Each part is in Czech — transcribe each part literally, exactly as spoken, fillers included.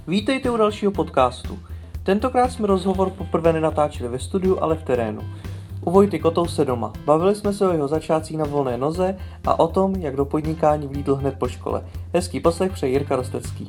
Vítejte u dalšího podcastu. Tentokrát jsme rozhovor poprvé nenatáčeli ve studiu, ale v terénu. U Vojty Kotouse doma. Bavili jsme se o jeho začátcích na volné noze a o tom, jak do podnikání vlídl hned po škole. Hezký poslech přeje Jirka Rostecký.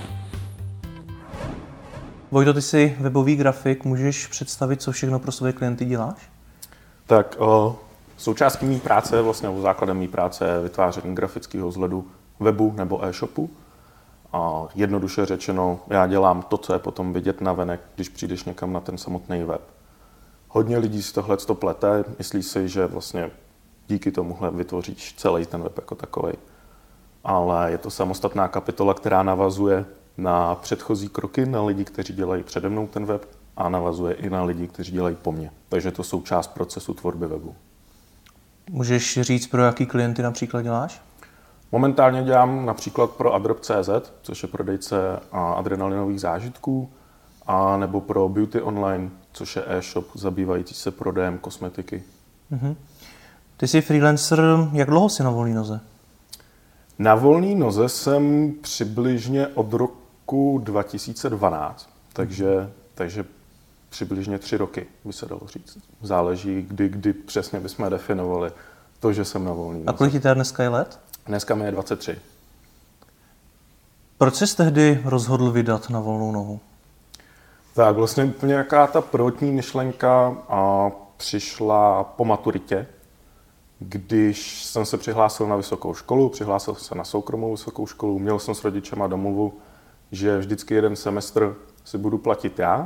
Vojto, ty jsi webový grafik, můžeš představit, co všechno pro své klienty děláš? Tak o, součástí mý práce, vlastně nebo základem mý práce je vytváření grafického vzhledu webu nebo e-shopu. A jednoduše řečeno, já dělám to, co je potom vidět navenek, když přijdeš někam na ten samotný web. Hodně lidí si tohle plete, myslí si, že vlastně díky tomuhle vytvoříš celý ten web jako takovej. Ale je to samostatná kapitola, která navazuje na předchozí kroky, na lidi, kteří dělají přede mnou ten web a navazuje i na lidi, kteří dělají po mně. Takže je to součást procesu tvorby webu. Můžeš říct, pro jaký klienty například děláš? Momentálně dělám například pro Adrop tečka cé zet, což je prodejce adrenalinových zážitků, a nebo pro Beauty Online, což je e-shop zabývající se prodejem kosmetiky. Mhm. Ty jsi freelancer, jak dlouho jsi na volné noze? Na volné noze jsem přibližně od roku dva tisíce dvanáct, takže, takže přibližně tři roky, by se dalo říct. Záleží, kdy, kdy přesně bychom definovali to, že jsem na volné noze. A kolik ti teda dneska je let? Dneska mi je dvacet tři. Proč jsi tehdy rozhodl vydat na volnou nohu? Tak vlastně nějaká ta prvotní myšlenka a přišla po maturitě, když jsem se přihlásil na vysokou školu, přihlásil jsem se na soukromou vysokou školu, měl jsem s rodičema domluvu, že vždycky jeden semestr si budu platit já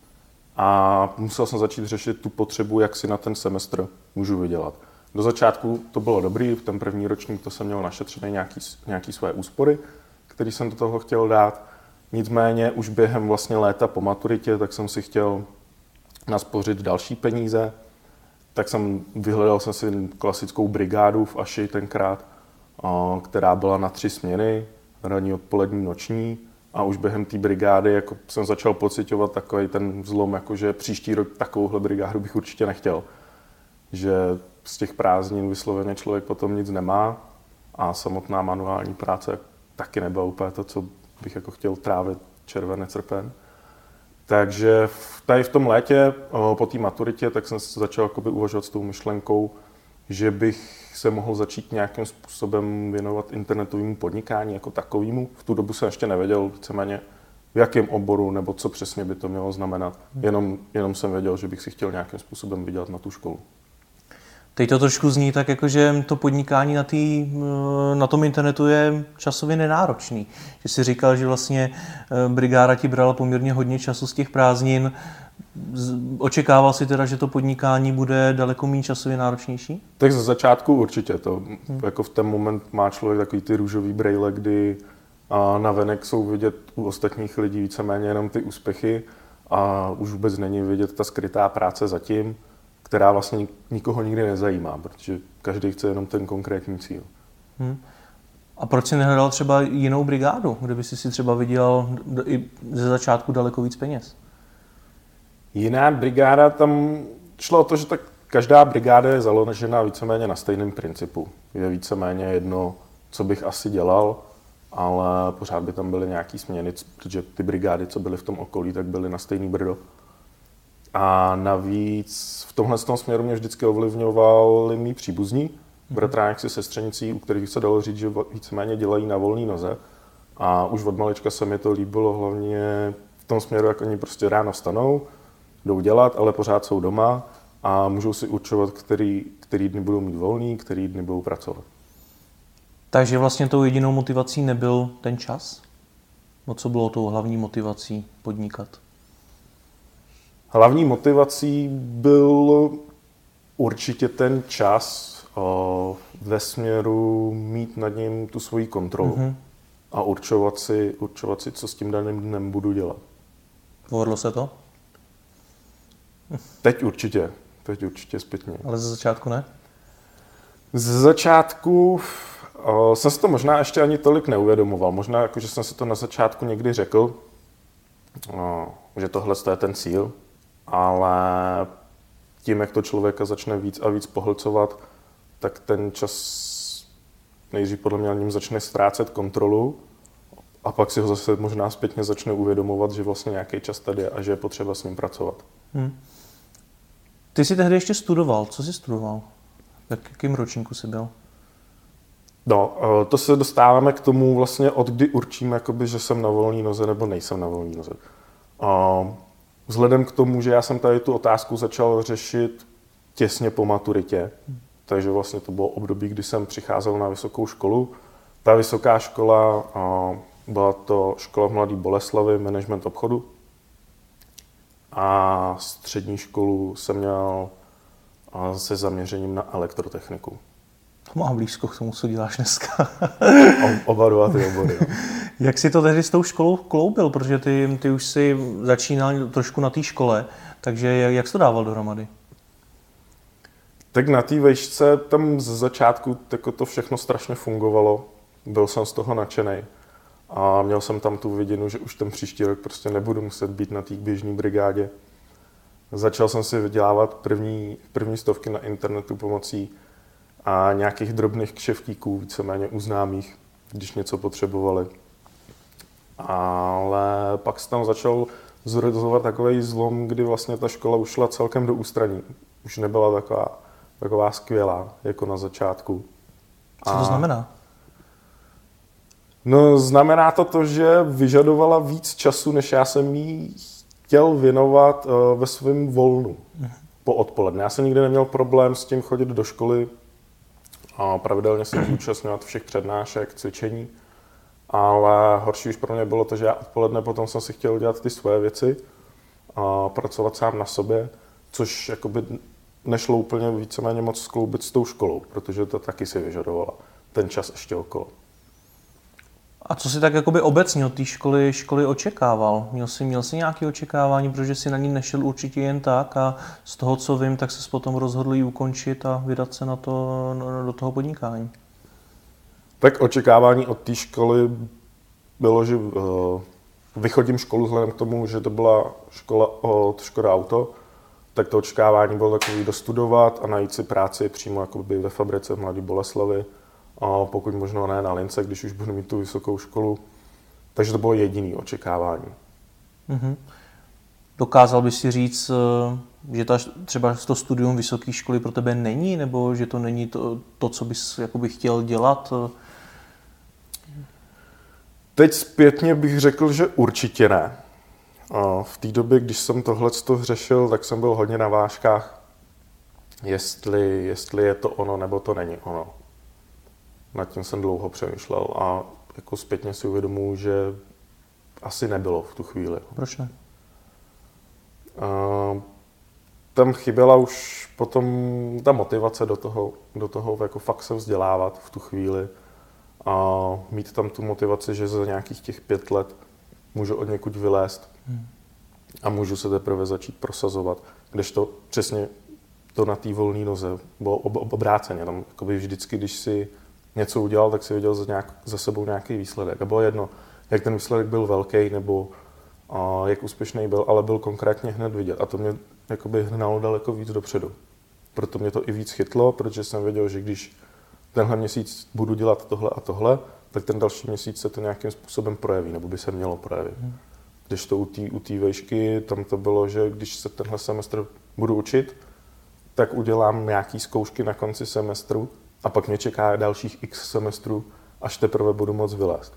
a musel jsem začít řešit tu potřebu, jak si na ten semestr můžu vydělat. Do začátku to bylo dobrý, v ten první ročník to jsem měl našetřené nějaký, nějaký své úspory, které jsem do toho chtěl dát. Nicméně už během vlastně léta po maturitě, tak jsem si chtěl naspořit další peníze, tak jsem vyhledal jsem si klasickou brigádu v Aši tenkrát, která byla na tři směny, ranní, odpolední, noční, a už během té brigády jako jsem začal pociťovat takový ten zlom, jako že příští rok takovouhle brigádu bych určitě nechtěl. Že z těch prázdnin vysloveně člověk potom nic nemá a samotná manuální práce taky nebyla úplně to, co bych jako chtěl trávit červenec, srpen. Takže tady v tom létě, po té maturitě, tak jsem začal jakoby uvažovat s tou myšlenkou, že bych se mohl začít nějakým způsobem věnovat internetovému podnikání jako takovému. V tu dobu jsem ještě nevěděl víceméně, v jakém oboru nebo co přesně by to mělo znamenat. Jenom, jenom jsem věděl, že bych si chtěl nějakým způsobem vydělat na tu školu. Teď to trošku zní tak, jako, že to podnikání na, tý, na tom internetu je časově nenáročný. Že jsi říkal, že vlastně brigáda ti brala poměrně hodně času z těch prázdnin. Očekával jsi teda, že to podnikání bude daleko méně časově náročnější? Tak ze začátku určitě. To, hmm. jako v ten moment má člověk takový ty růžový brejle, kdy a navenek jsou vidět u ostatních lidí víceméně jenom ty úspěchy a už vůbec není vidět ta skrytá práce zatím, která vlastně nikoho nikdy nezajímá, protože každý chce jenom ten konkrétní cíl. Hmm. A proč jsi nehledal třeba jinou brigádu, kde by si si třeba vydělal i ze začátku daleko víc peněz? Jiná brigáda, tam šlo o to, že tak každá brigáda je založena víceméně na stejném principu. Je víceméně jedno, co bych asi dělal, ale pořád by tam byly nějaký směny, protože ty brigády, co byly v tom okolí, tak byly na stejný brdo. A navíc v tomhle směru mě vždycky ovlivňovali mý příbuzní, bratránek si sestřenicí, u kterých se dalo říct, že víceméně dělají na volné noze. A už od malička se mi to líbilo hlavně v tom směru, jak oni prostě ráno vstanou, jdou dělat, ale pořád jsou doma a můžou si určovat, který, který dny budou mít volný, který dny budou pracovat. Takže vlastně tou jedinou motivací nebyl ten čas? No co bylo tou hlavní motivací podnikat? Hlavní motivací byl určitě ten čas o, ve směru mít nad ním tu svoji kontrolu mm-hmm. a určovat si, určovat si, co s tím daným dnem budu dělat. Povedlo se to? Teď určitě, teď určitě zpětně. Ale ze začátku ne? Ze začátku o, jsem si to možná ještě ani tolik neuvědomoval. Možná, jako, že jsem si to na začátku někdy řekl, o, že tohle je ten cíl. Ale tím, jak to člověka začne víc a víc pohlcovat, tak ten čas nejdřív podle mě na něm začne ztrácet kontrolu a pak si ho zase možná zpětně začne uvědomovat, že vlastně nějaký čas tady je a že je potřeba s ním pracovat. Hmm. Ty jsi tehdy ještě studoval. Co jsi studoval? V jakém ročníku jsi byl? No, to se dostáváme k tomu vlastně, od kdy určím, jakoby, že jsem na volné noze nebo nejsem na volné noze. Vzhledem k tomu, že já jsem tady tu otázku začal řešit těsně po maturitě, takže vlastně to bylo období, kdy jsem přicházel na vysokou školu. Ta vysoká škola, byla to škola v Mladé Boleslavi, management obchodu. A střední školu jsem měl se zaměřením na elektrotechniku. To má blízko k tomu, co děláš dneska. Oba dva ty obory. No. Jak jsi to tehdy s tou školou kloubil? Protože ty, ty už jsi začínal trošku na té škole, takže jak jsi to dával dohromady? Tak na té vejšce tam z začátku jako to všechno strašně fungovalo. Byl jsem z toho nadšený. A měl jsem tam tu vidinu, že už ten příští rok prostě nebudu muset být na té běžné brigádě. Začal jsem si vydělávat první, první stovky na internetu pomocí a nějakých drobných kšeftíků, víceméně u známých, když něco potřebovali. Ale pak se tam začal zrodovat takový zlom, kdy vlastně ta škola ušla celkem do ústraní. Už nebyla taková, taková skvělá, jako na začátku. Co to znamená? No, znamená to to, že vyžadovala víc času, než já jsem jí chtěl věnovat uh, ve svém volnu po odpoledne. Já jsem nikdy neměl problém s tím chodit do školy a pravidelně se zúčastňovat všech přednášek, cvičení, ale horší už pro mě bylo to, že já odpoledne potom jsem si chtěl dělat ty svoje věci a pracovat sám na sobě, což jakoby nešlo úplně víceméně moc skloubit s tou školou, protože to taky si vyžadovala ten čas ještě okolo. A co jsi tak jakoby obecně od té školy, školy očekával? Měl jsi, měl jsi nějaké očekávání, protože jsi na ní nešel určitě jen tak a z toho, co vím, tak se potom rozhodl ji ukončit a vydat se na to, do toho podnikání. Tak očekávání od té školy bylo, že uh, vychodím školu vzhledem k tomu, že to byla škola od Škoda Auto, tak to očekávání bylo takový dostudovat a najít si práci přímo jakoby ve fabrice v Mladé Boleslavi. A pokud možno ne na lince, když už budu mít tu vysokou školu. Takže to bylo jediné očekávání. Mm-hmm. Dokázal bys si říct, že ta, třeba to studium vysoké školy pro tebe není, nebo že to není to, to co bys jakoby chtěl dělat? Teď zpětně bych řekl, že určitě ne. V té době, když jsem tohleto řešil, tak jsem byl hodně na vážkách, jestli, jestli je to ono, nebo to není ono. Nad tím jsem dlouho přemýšlel a jako zpětně si uvědomuji, že asi nebylo v tu chvíli. Proč ne? Uh, tam chyběla už potom ta motivace do toho, do toho jako fakt se vzdělávat v tu chvíli a mít tam tu motivaci, že za nějakých těch pět let můžu od někud vylézt hmm. a můžu se teprve začít prosazovat. Kdežto přesně to na té volné noze bylo ob- obráceně. Tam vždycky, když si něco udělal, tak si viděl za, nějak, za sebou nějaký výsledek. A bylo jedno, jak ten výsledek byl velký, nebo a, jak úspěšný byl, ale byl konkrétně hned vidět. A to mě jakoby hnalo daleko víc dopředu. Proto mě to i víc chytlo, protože jsem věděl, že když tenhle měsíc budu dělat tohle a tohle, tak ten další měsíc se to nějakým způsobem projeví, nebo by se mělo projevit. Hmm. Když to u té vejšky, tam to bylo, že když se tenhle semestr budu učit, tak udělám nějaký zkoušky na konci semestru, a pak mě čeká dalších x semestrů, až teprve budu moc vylézt.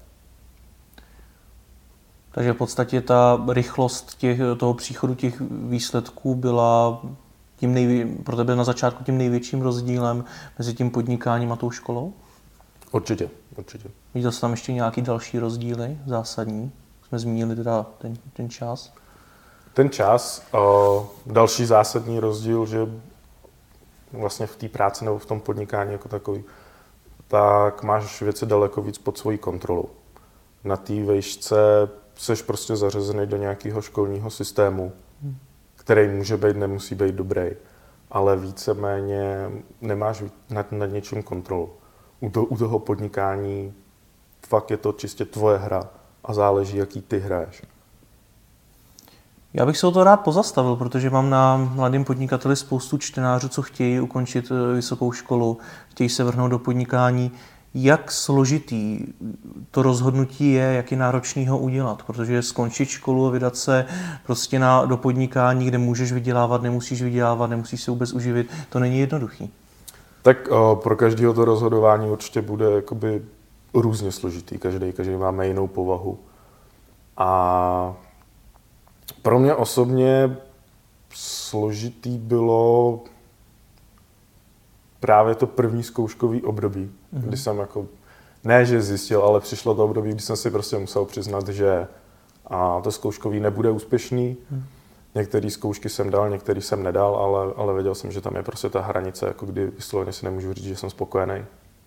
Takže v podstatě ta rychlost těch, toho příchodu těch výsledků byla tím nejvě, pro tebe na začátku tím největším rozdílem mezi tím podnikáním a tou školou? Určitě, určitě. Viděl jsi tam ještě nějaký další rozdíly zásadní? Jsme zmínili teda ten, ten čas. Ten čas, uh, další zásadní rozdíl, že vlastně v té práci nebo v tom podnikání jako takový, tak máš věci daleko víc pod svojí kontrolou. Na té vejšce seš prostě zařazený do nějakého školního systému, hmm. který může být, nemusí být dobrý, ale víceméně nemáš nad, nad něčím kontrolu. U, to, u toho podnikání fakt je to čistě tvoje hra a záleží, jaký ty hraješ. Já bych se o to rád pozastavil, protože mám na Mladém podnikateli spoustu čtenářů, co chtějí ukončit vysokou školu, chtějí se vrhnout do podnikání. Jak složitý to rozhodnutí je, jak je náročný ho udělat, protože skončit školu a vydat se prostě na, do podnikání, kde můžeš vydělávat, nemusíš vydělávat, nemusíš se vůbec uživit, to není jednoduchý. Tak o, pro každého to rozhodování určitě bude jakoby různě složitý, každý, každý máme jinou povahu. A pro mě osobně složitý bylo právě to první zkouškový období, mm-hmm. kdy jsem jako, ne že zjistil, ale přišlo to období, kdy jsem si prostě musel přiznat, že a to zkouškový nebude úspěšný. Mm. Některé zkoušky jsem dal, některé jsem nedal, ale, ale věděl jsem, že tam je prostě ta hranice, jako kdy vysloveně si nemůžu říct, že jsem spokojený.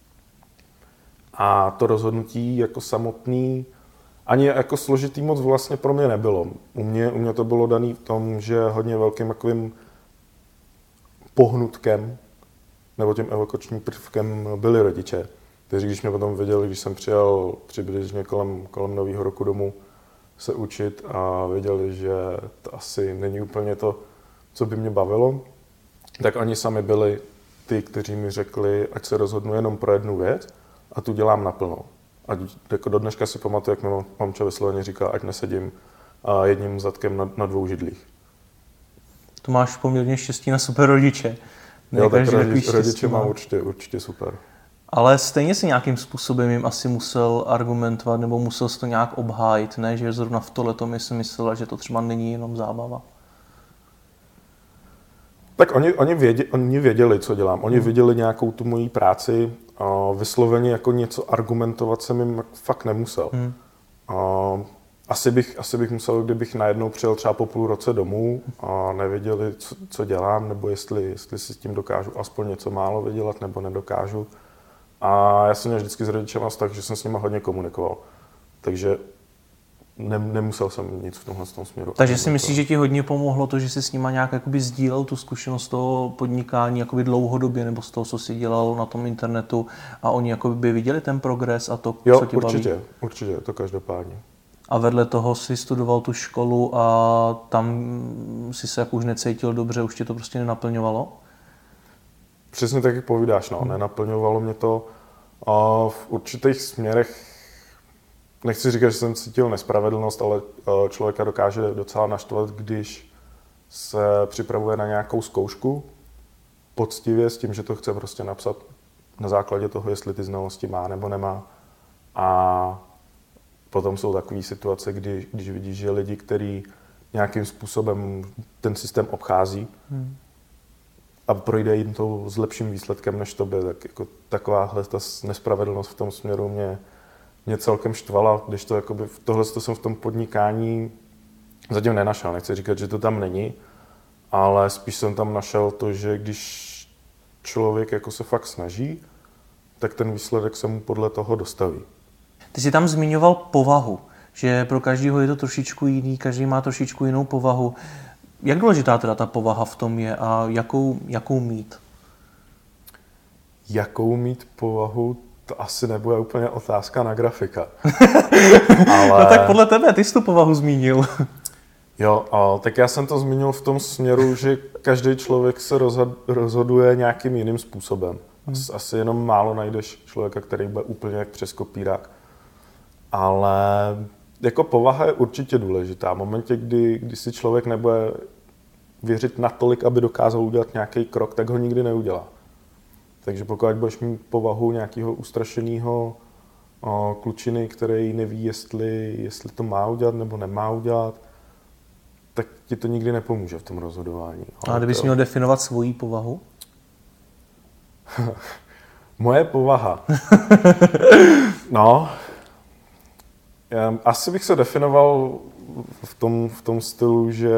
A to rozhodnutí jako samotný ani jako složitý moc vlastně pro mě nebylo. U mě, u mě to bylo dané v tom, že hodně velkým takovým pohnutkem nebo tím evokačním prvkem byli rodiče, kteří když mě potom viděli, když jsem přijel přibližně kolem, kolem nového roku domů se učit a věděli, že to asi není úplně to, co by mě bavilo, tak oni sami byli ty, kteří mi řekli, ať se rozhodnu jenom pro jednu věc a tu dělám naplno. Ať, jako do dneška si pamatuju, jak mi mamča vysloveně říká, ať nesedím jedním zadkem na, na dvou židlích. To máš poměrně štěstí na super rodiče. Ne, jo, tak rodiče, rodiče mám určitě, určitě super. Ale stejně si nějakým způsobem jim asi musel argumentovat nebo musel si to nějak obhájit, ne? Že zrovna v tohletom si myslela, že to třeba není jenom zábava. Tak oni, oni, věděli, oni věděli, co dělám. Oni hmm. viděli nějakou tu moji práci. A vysloveně jako něco argumentovat jsem jim fakt nemusel. Hmm. A asi, bych, asi bych musel, kdybych najednou přijel třeba po půl roce domů a nevěděli, co, co dělám, nebo jestli, jestli si s tím dokážu aspoň něco málo vydělat, nebo nedokážu. A já jsem měl vždycky s rodičema vztah, že jsem s nimi hodně komunikoval. Takže ne, nemusel jsem nic v tomhle tom směru. Takže si myslíš, že ti hodně pomohlo to, že jsi s nima nějak jakoby sdílel tu zkušenost toho podnikání jakoby dlouhodobě, nebo z toho, co jsi dělal na tom internetu a oni jakoby by viděli ten progres a to, jo, co tě určitě, baví? určitě, to každopádně. A vedle toho si studoval tu školu a tam si se jako už necítil dobře, už tě to prostě nenaplňovalo? Přesně tak, jak povídáš, no. Nenaplňovalo mě to a v určitých směrech. Nechci říkat, že jsem cítil nespravedlnost, ale člověka dokáže docela naštvat, když se připravuje na nějakou zkoušku poctivě s tím, že to chce prostě napsat na základě toho, jestli ty znalosti má nebo nemá. A potom jsou takové situace, kdy, když vidíš, že lidi, kteří nějakým způsobem ten systém obchází hmm. a projde jim to s lepším výsledkem než tobě, tak jako takováhle ta nespravedlnost v tom směru mě mě celkem štvala, když to jakoby, tohle to jsem v tom podnikání zatím nenašel. Nechci říkat, že to tam není, ale spíš jsem tam našel to, že když člověk jako se fakt snaží, tak ten výsledek se mu podle toho dostaví. Ty jsi tam zmiňoval povahu, že pro každého je to trošičku jiný, každý má trošičku jinou povahu. Jak důležitá teda ta povaha v tom je a jakou, jakou mít? Jakou mít povahu? To asi nebude úplně otázka na grafika. Ale... No tak podle tebe, ty jsi tu povahu zmínil. Jo, a tak já jsem to zmínil v tom směru, že každý člověk se rozhoduje nějakým jiným způsobem. Hmm. Asi jenom málo najdeš člověka, který bude úplně jak přes kopírák. Ale jako povaha je určitě důležitá. V momentě, kdy, kdy si člověk nebude věřit natolik, aby dokázal udělat nějaký krok, tak ho nikdy neudělá. Takže pokud budeš mít povahu nějakého ustrašeného klučiny, který neví, jestli, jestli to má udělat nebo nemá udělat, tak ti to nikdy nepomůže v tom rozhodování. A kdybys to... měl definovat svoji povahu? Moje povaha? No, já, asi bych se definoval v tom, v tom stylu, že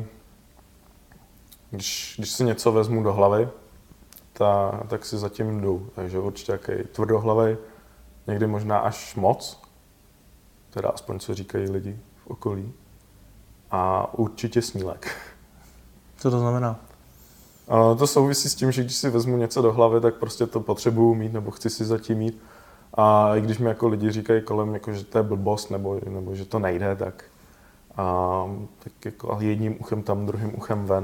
když, když si něco vezmu do hlavy, Ta, tak si zatím jdu. Takže určitě jaký tvrdohlavej, někdy možná až moc, teda aspoň co říkají lidi v okolí. A určitě snílek. Co to znamená? A to souvisí s tím, že když si vezmu něco do hlavy, tak prostě to potřebuju mít, nebo chci si zatím mít. A i když mi jako lidi říkají kolem, jako, že to je blbost, nebo, nebo že to nejde, tak, a, tak jako jedním uchem tam, druhým uchem ven.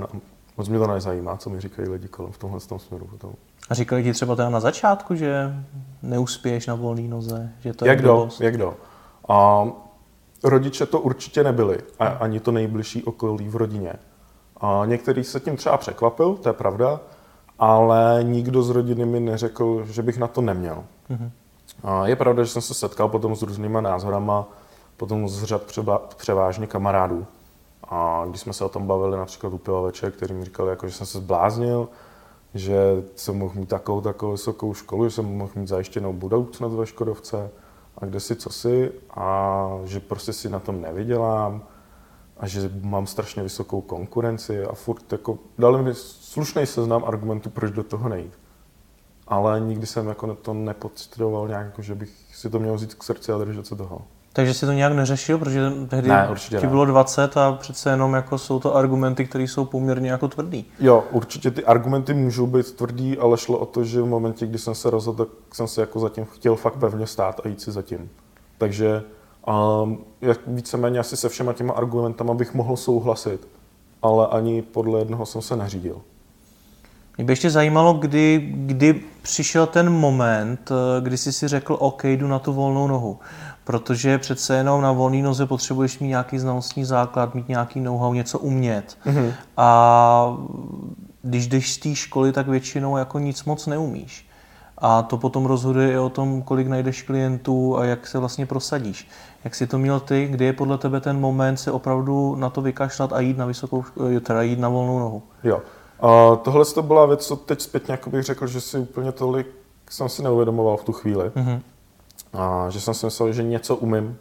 Moc mě to nezajímá, co mi říkají lidi kolem v tomhle tom směru. Potom. A říkali ti třeba teda na začátku, že neuspěješ na volné noze? Že to jak je kdo, jak kdo. A rodiče to určitě nebyli, a ani to nejbližší okolí v rodině. A některý se tím třeba překvapil, to je pravda, ale nikdo z rodiny mi neřekl, že bych na to neměl. Mm-hmm. A je pravda, že jsem se setkal potom s různýma názorama, potom z řad přeba, převážně kamarádů. A když jsme se o tom bavili například u piva večer, který mi říkal, jako, že jsem se zbláznil, že jsem mohl mít takovou, takovou vysokou školu, že jsem mohl mít zajištěnou budoucnost ve Škodovce a kde si, co si, a že prostě si na tom nevydělám a že mám strašně vysokou konkurenci a furt jako dali mi slušný seznam argumentů, proč do toho nejít. Ale nikdy jsem jako to nepocitoval nějak, jako, že bych si to měl vzít k srdci a držet se toho. Takže jsi to nějak neřešil, protože tehdy ne, ti bylo dvacet a přece jenom jako jsou to argumenty, které jsou poměrně jako tvrdý. Jo, určitě ty argumenty můžou být tvrdý, ale šlo o to, že v momentě, kdy jsem se rozhodl, tak jsem se jako zatím chtěl fakt pevně stát a jít si zatím. Takže um, jak víceméně asi se všema těma argumentama bych mohl souhlasit, ale ani podle jednoho jsem se neřídil. Mě by ještě zajímalo, kdy, kdy přišel ten moment, kdy jsi si řekl, OK, jdu na tu volnou nohu. Protože přece jenom na volné noze potřebuješ mít nějaký znalostní základ, mít nějaký know-how, něco umět. Mm-hmm. A když jdeš z té školy, tak většinou jako nic moc neumíš. A to potom rozhoduje i o tom, kolik najdeš klientů a jak se vlastně prosadíš. Jak jsi to měl ty, kdy je podle tebe ten moment se opravdu na to vykašlat a jít na vysokou, teda jít na volnou nohu? Jo. A tohle to byla věc, co teď zpětně jako bych řekl, že si úplně tolik jsem si neuvědomoval v tu chvíli. Mm-hmm. A že jsem si myslel, že něco umím.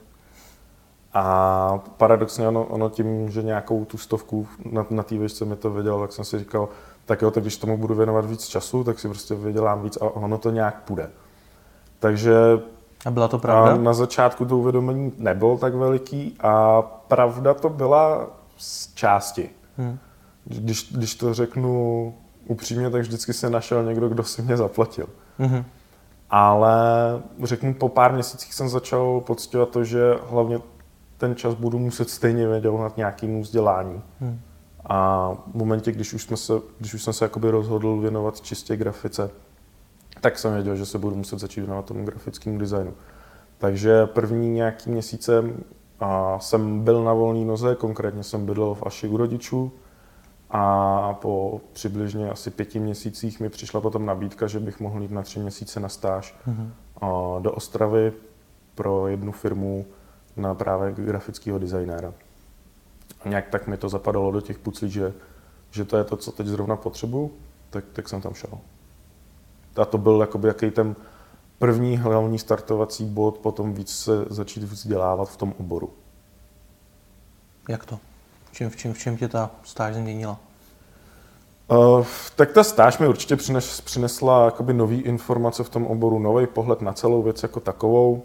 A paradoxně ono, ono tím, že nějakou tu stovku na, na té výšce mi to věděl, tak jsem si říkal, tak jo, tak když tomu budu věnovat víc času, tak si prostě vydělám víc a ono to nějak půjde. Takže a byla to pravda? A na začátku to uvědomení nebylo tak veliký a pravda to byla z části. Hmm. Když, když to řeknu upřímně, tak vždycky se našel někdo, kdo si mě zaplatil. Hmm. Ale řeknu, po pár měsících jsem začal pocitovat to, že hlavně ten čas budu muset stejně vědět nějakému vzdělání. Hmm. A v momentě, když už, jsme se, když už jsem se jakoby rozhodl věnovat čistě grafice, tak jsem věděl, že se budu muset začít věnovat tomu grafickému designu. Takže první nějaký měsíce a jsem byl na volné noze, konkrétně jsem bydlel v Aši u rodičů a po přibližně asi pěti měsících mi přišla potom nabídka, že bych mohl jít na tři měsíce na stáž mm-hmm. do Ostravy pro jednu firmu na právě grafického designéra. A nějak tak mi to zapadalo do těch puclí, že, že to je to, co teď zrovna potřebuju, tak, tak jsem tam šel. A to byl jakoby jaký ten první hlavní startovací bod, potom víc se začít vzdělávat v tom oboru. Jak to? V čem, v čem, v čem tě ta stáž změnila? Uh, tak ta stáž mi určitě přines, přinesla jakoby nový informace v tom oboru, nový pohled na celou věc jako takovou,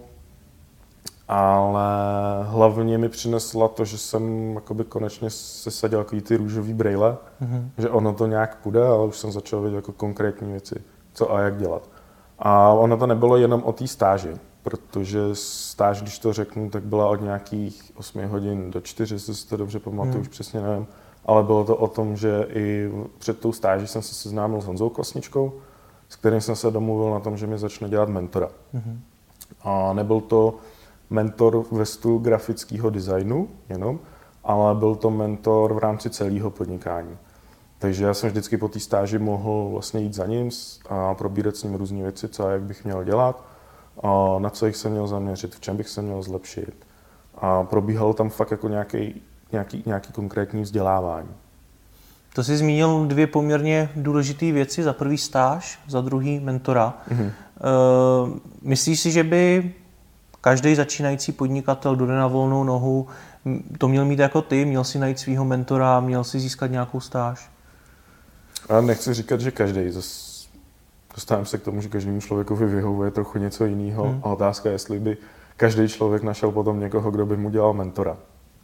ale hlavně mi přinesla to, že jsem jakoby konečně sesadil takový ty růžový brejle, mm-hmm. že ono to nějak půjde, ale už jsem začal vidět jako konkrétní věci, co a jak dělat. A ono to nebylo jenom o té stáži, protože stáž, když to řeknu, tak byla od nějakých osmi hodin do čtyři, jestli si to dobře pamatuju, hmm. už přesně nevím. Ale bylo to o tom, že i před tou stáží jsem se seznámil s Honzou Kvasničkou, s kterým jsem se domluvil na tom, že mi začne dělat mentora. Hmm. A nebyl to mentor ve stylu grafického designu jenom, ale byl to mentor v rámci celého podnikání. Takže já jsem vždycky po té stáži mohl vlastně jít za ním a probírat s ním různé věci, co a jak bych měl dělat, a na co bych se měl zaměřit, v čem bych se měl zlepšit. A probíhalo tam fakt jako nějaký, nějaký, nějaký konkrétní vzdělávání. To jsi zmínil dvě poměrně důležité věci. Za prvý stáž, za druhý mentora. Mm-hmm. E, myslíš si, že by každý začínající podnikatel, kdo jde na volnou nohu, to měl mít jako ty? Měl si najít svého mentora, měl si získat nějakou stáž? Já nechci říkat, že každý. Dostávám se k tomu, že každému člověkovi vyhovuje trochu něco jiného. Hmm. A otázka je, jestli by každý člověk našel potom někoho, kdo by mu dělal mentora.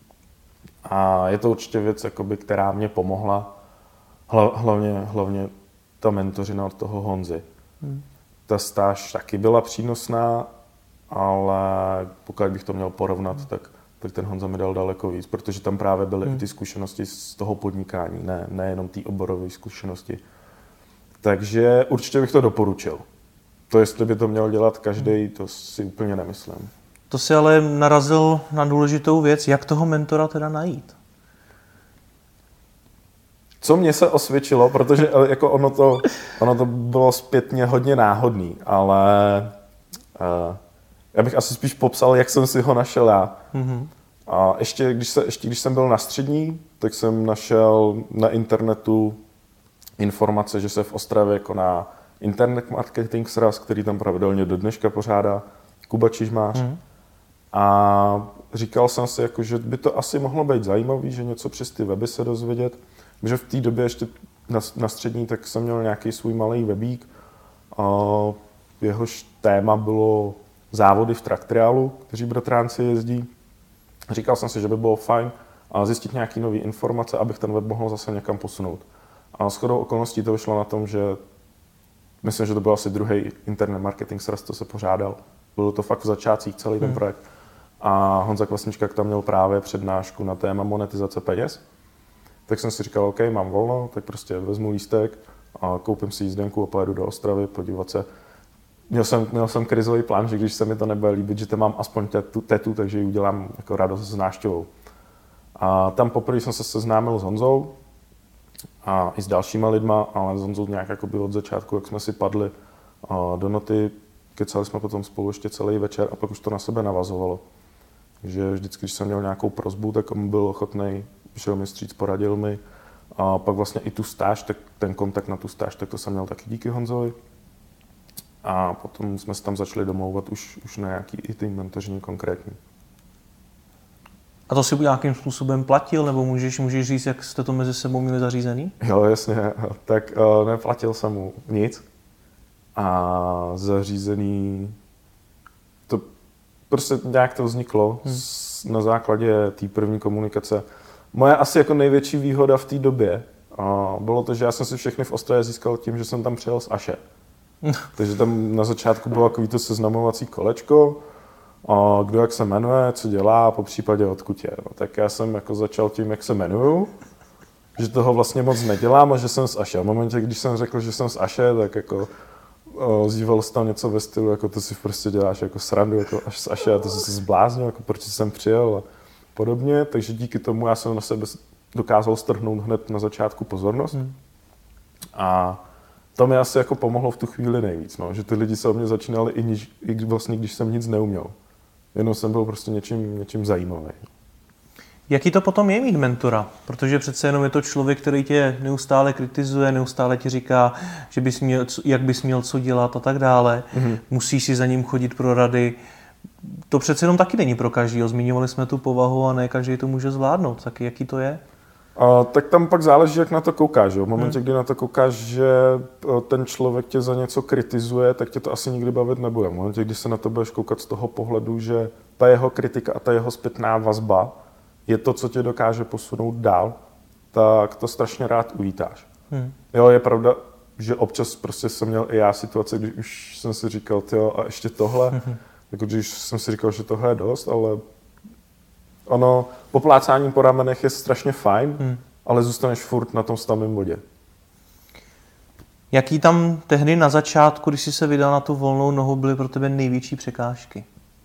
A je to určitě věc, jakoby, která mě pomohla. Hlavně, hlavně ta mentořina od toho Honzy. Hmm. Ta stáž taky byla přínosná, ale pokud bych to měl porovnat, hmm. tak tak ten Honza mi dal daleko víc, protože tam právě byly hmm. i ty zkušenosti z toho podnikání, ne, nejenom ty oborové zkušenosti. Takže určitě bych to doporučil. To, jestli by to měl dělat každý, to si úplně nemyslím. To si ale narazil na důležitou věc, jak toho mentora teda najít. Co mě se osvědčilo, protože jako ono, to, ono to bylo zpětně hodně náhodný, ale uh, já bych asi spíš popsal, jak jsem si ho našel já. Mm-hmm. A ještě když, se, ještě když jsem byl na střední, tak jsem našel na internetu informace, že se v Ostravě koná Internet Marketing Sraz, který tam pravidelně do dneška pořádá Kuba Čižmář. Mm-hmm. A říkal jsem si, jako, že by to asi mohlo být zajímavý, že něco přes ty weby se dozvědět. Protože v té době ještě na, na střední tak jsem měl nějaký svůj malý webík. A jehož téma bylo závody v traktriálu, kteří bratránci jezdí. Říkal jsem si, že by bylo fajn a zjistit nějaké nové informace, abych ten web mohl zase někam posunout. A shodou okolností to vyšlo na tom, že myslím, že to byl asi druhý Internet Marketing Sraz, co se pořádal. Bylo to fakt v začátcích celý ten hmm. projekt. A Honza Kvasnička tam měl právě přednášku na téma monetizace peněz. Tak jsem si říkal, OK, mám volno, tak prostě vezmu lístek a koupím si jízdenku a pojedu do Ostravy podívat se. Měl jsem, měl jsem krizový plán, že když se mi to nebude líbit, že tam mám aspoň tetu, tetu takže ji udělám jako radost s návštěvou. A tam poprvé jsem se seznámil s Honzou a i s dalšíma lidma, ale s Honzou nějak jako byl od začátku, jak jsme si padli do noty, kecali jsme potom spolu ještě celý večer a pak už to na sebe navazovalo. Takže vždycky, když jsem měl nějakou prosbu, tak on byl ochotný, šel mi vstříc, poradil mi. A pak vlastně i tu stáž, tak ten kontakt na tu stáž, tak to jsem měl taky díky Honzovi. A potom jsme se tam začali domlouvat už, už na nějaký i ty mentoření konkrétní. A to si nějakým způsobem platil, nebo můžeš, můžeš říct, jak jste to mezi sebou měli zařízený? Jo, jasně. Tak uh, neplatil jsem mu nic. A zařízený... To prostě nějak to vzniklo hmm. s, na základě té první komunikace. Moje asi jako největší výhoda v té době uh, bylo to, že já jsem si všechny v Ostravě získal tím, že jsem tam přijel z Aše. Takže tam na začátku bylo takový to seznamovací kolečko, a kdo jak se jmenuje, co dělá a po případě odkud je. No, tak já jsem jako začal tím, jak se jmenuju, že toho vlastně moc nedělám a že jsem z Aše. V momentě, když jsem řekl, že jsem z Aše, tak jako ozývalo se tam něco ve stylu, jako to si prostě děláš jako srandu, jako až z Aše a to jsi se zbláznil, jako proč jsem přijel a podobně. Takže díky tomu já jsem na sebe dokázal strhnout hned na začátku pozornost. Hmm. A to mi asi jako pomohlo v tu chvíli nejvíc, no, že ty lidi se o mě začínali i, niž, i vlastně, když jsem nic neuměl. Jenom jsem byl prostě něčím, něčím zajímavý. Jaký to potom je mít mentora? Protože přece jenom je to člověk, který tě neustále kritizuje, neustále ti říká, že bys měl, jak bys měl co dělat a tak dále. Mm-hmm. Musíš si za ním chodit pro rady. To přece jenom taky není pro každýho. Zmiňovali jsme tu povahu a ne každý to může zvládnout. Tak jaký to je? A, tak tam pak záleží, jak na to koukáš. Jo? V momentě, hmm. kdy na to koukáš, že ten člověk tě za něco kritizuje, tak tě to asi nikdy bavit nebude. V momentě, kdy se na to budeš koukat z toho pohledu, že ta jeho kritika a ta jeho zpětná vazba je to, co tě dokáže posunout dál, tak to strašně rád uvítáš. Hmm. Jo, je pravda, že občas prostě jsem měl i já situace, když už jsem si říkal, tyjo, a ještě tohle, hmm. jako když jsem si říkal, že tohle je dost, ale ono, poplácání po ramenech je strašně fajn, hmm. ale zůstaneš furt na tom samém bodě. Jaký tam tehdy na začátku, když jsi se vydal na tu volnou nohu, byly pro tebe největší překážky?